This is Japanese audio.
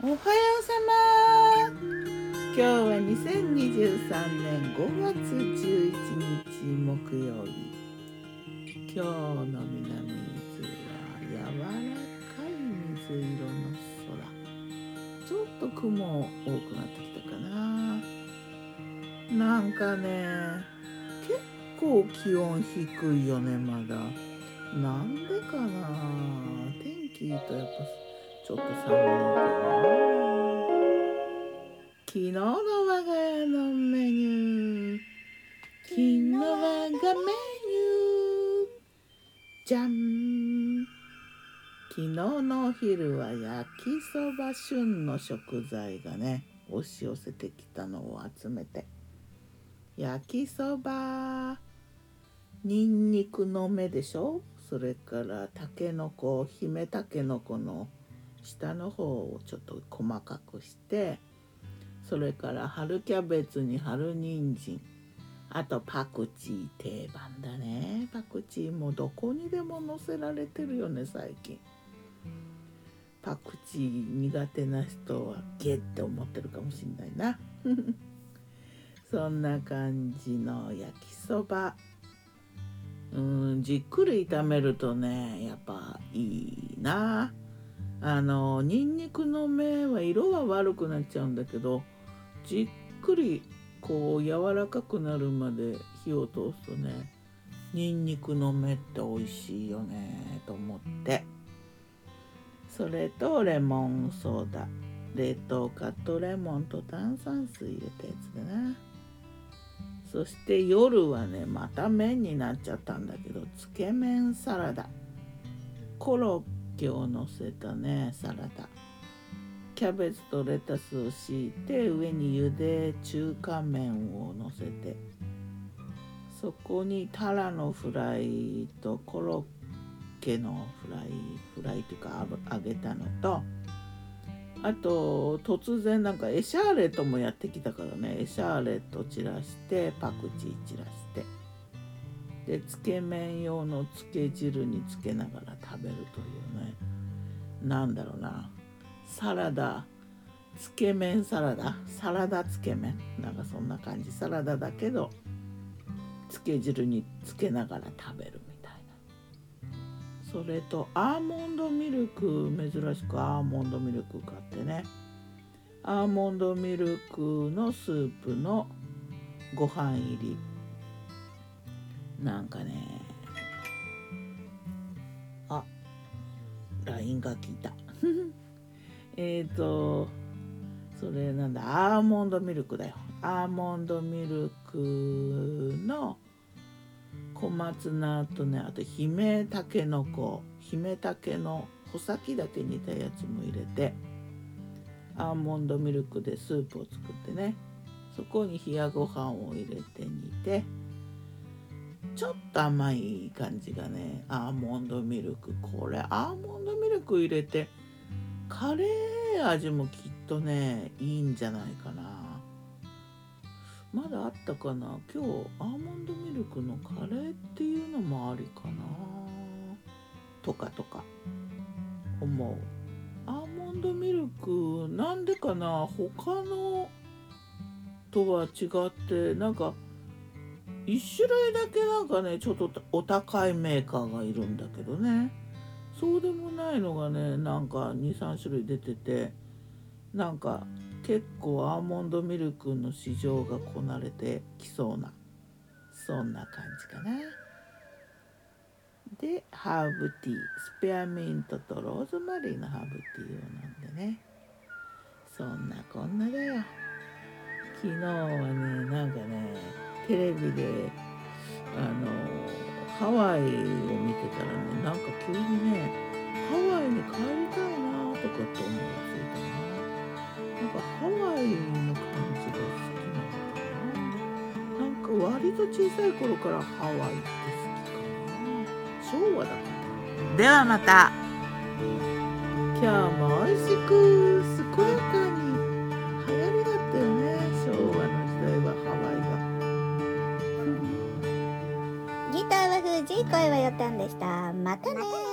おはようさま。今日は2023年5月11日木曜日。今日の南伊豆は柔らかい水色の空。ちょっと雲多くなってきたかな。なんかね、結構気温低いよね、まだ。なんでかな。天気いいとやっぱちょっと寒いかな。昨日の我が家のメニュー。昨日我がメニュー。じゃん。昨日のお昼は焼きそば、旬の食材がね押し寄せてきたのを集めて、焼きそば、にんにくの芽でしょ、それからたけのこ、姫たけのこの下の方をちょっと細かくして、それから春キャベツに春人参、あとパクチー、定番だね。パクチーもどこにでも乗せられてるよね最近。パクチー苦手な人はゲッって思ってるかもしんないなそんな感じの焼きそば。じっくり炒めるとねやっぱいいな。にんにくの芽は色は悪くなっちゃうんだけど、じっくりこう柔らかくなるまで火を通すとね、にんにくの芽って美味しいよねと思って。それとレモンソーダ、冷凍カットレモンと炭酸水入れたやつだな。そして夜はねまた麺になっちゃったんだけど、つけ麺サラダ、コロッケをのせたねサラダ、キャベツとレタスを敷いて上に茹で中華麺をのせて、そこにタラのフライとコロッケのフライというか揚げたのと、あと突然なんかエシャーレットもやってきたからね、エシャーレット散らしてパクチー散らして、でつけ麺用のつけ汁につけながら食べるというね、なんだろうな、サラダつけ麺サラダ、サラダつけ麺、なんかそんな感じ。サラダだけどつけ汁につけながら食べるみたいな。それとアーモンドミルク、珍しくアーモンドミルク買ってね、アーモンドミルクのスープのご飯入り。なんかね、あ、LINE が来たそれなんだ、アーモンドミルクだよ。アーモンドミルクの小松菜とね、あと姫たけのこ、姫たけの穂先だけ煮たやつも入れて、アーモンドミルクでスープを作ってね、そこに冷やご飯を入れて煮て、ちょっと甘い感じがね、アーモンドミルク。これアーモンドミルク入れてカレー味もきっとねいいんじゃないかな。まだあったかな。今日アーモンドミルクのカレーっていうのもありかなとか思う。アーモンドミルクなんでかな、他のとは違ってなんか一種類だけなんかねちょっとお高いメーカーがいるんだけどね、そうでもないのがねなんか 2,3 種類出てて、なんか結構アーモンドミルクの市場がこなれてきそうな、そんな感じかな。でハーブティー、スペアミントとローズマリーのハーブティーを飲んでね、そんなこんなだよ。昨日はねなんかねテレビでハワイを見てたらね、なんか急にねハワイに帰りたいなとかって思いついたな。なんかハワイの感じが好きなのかな。なんか割と小さい頃からハワイって好きかな。昭和だから。ではまた。今日も美味しく健やかに。流行りだったよね、昭和の時代はハワイがギターは藤井、声はよたんでした。またね。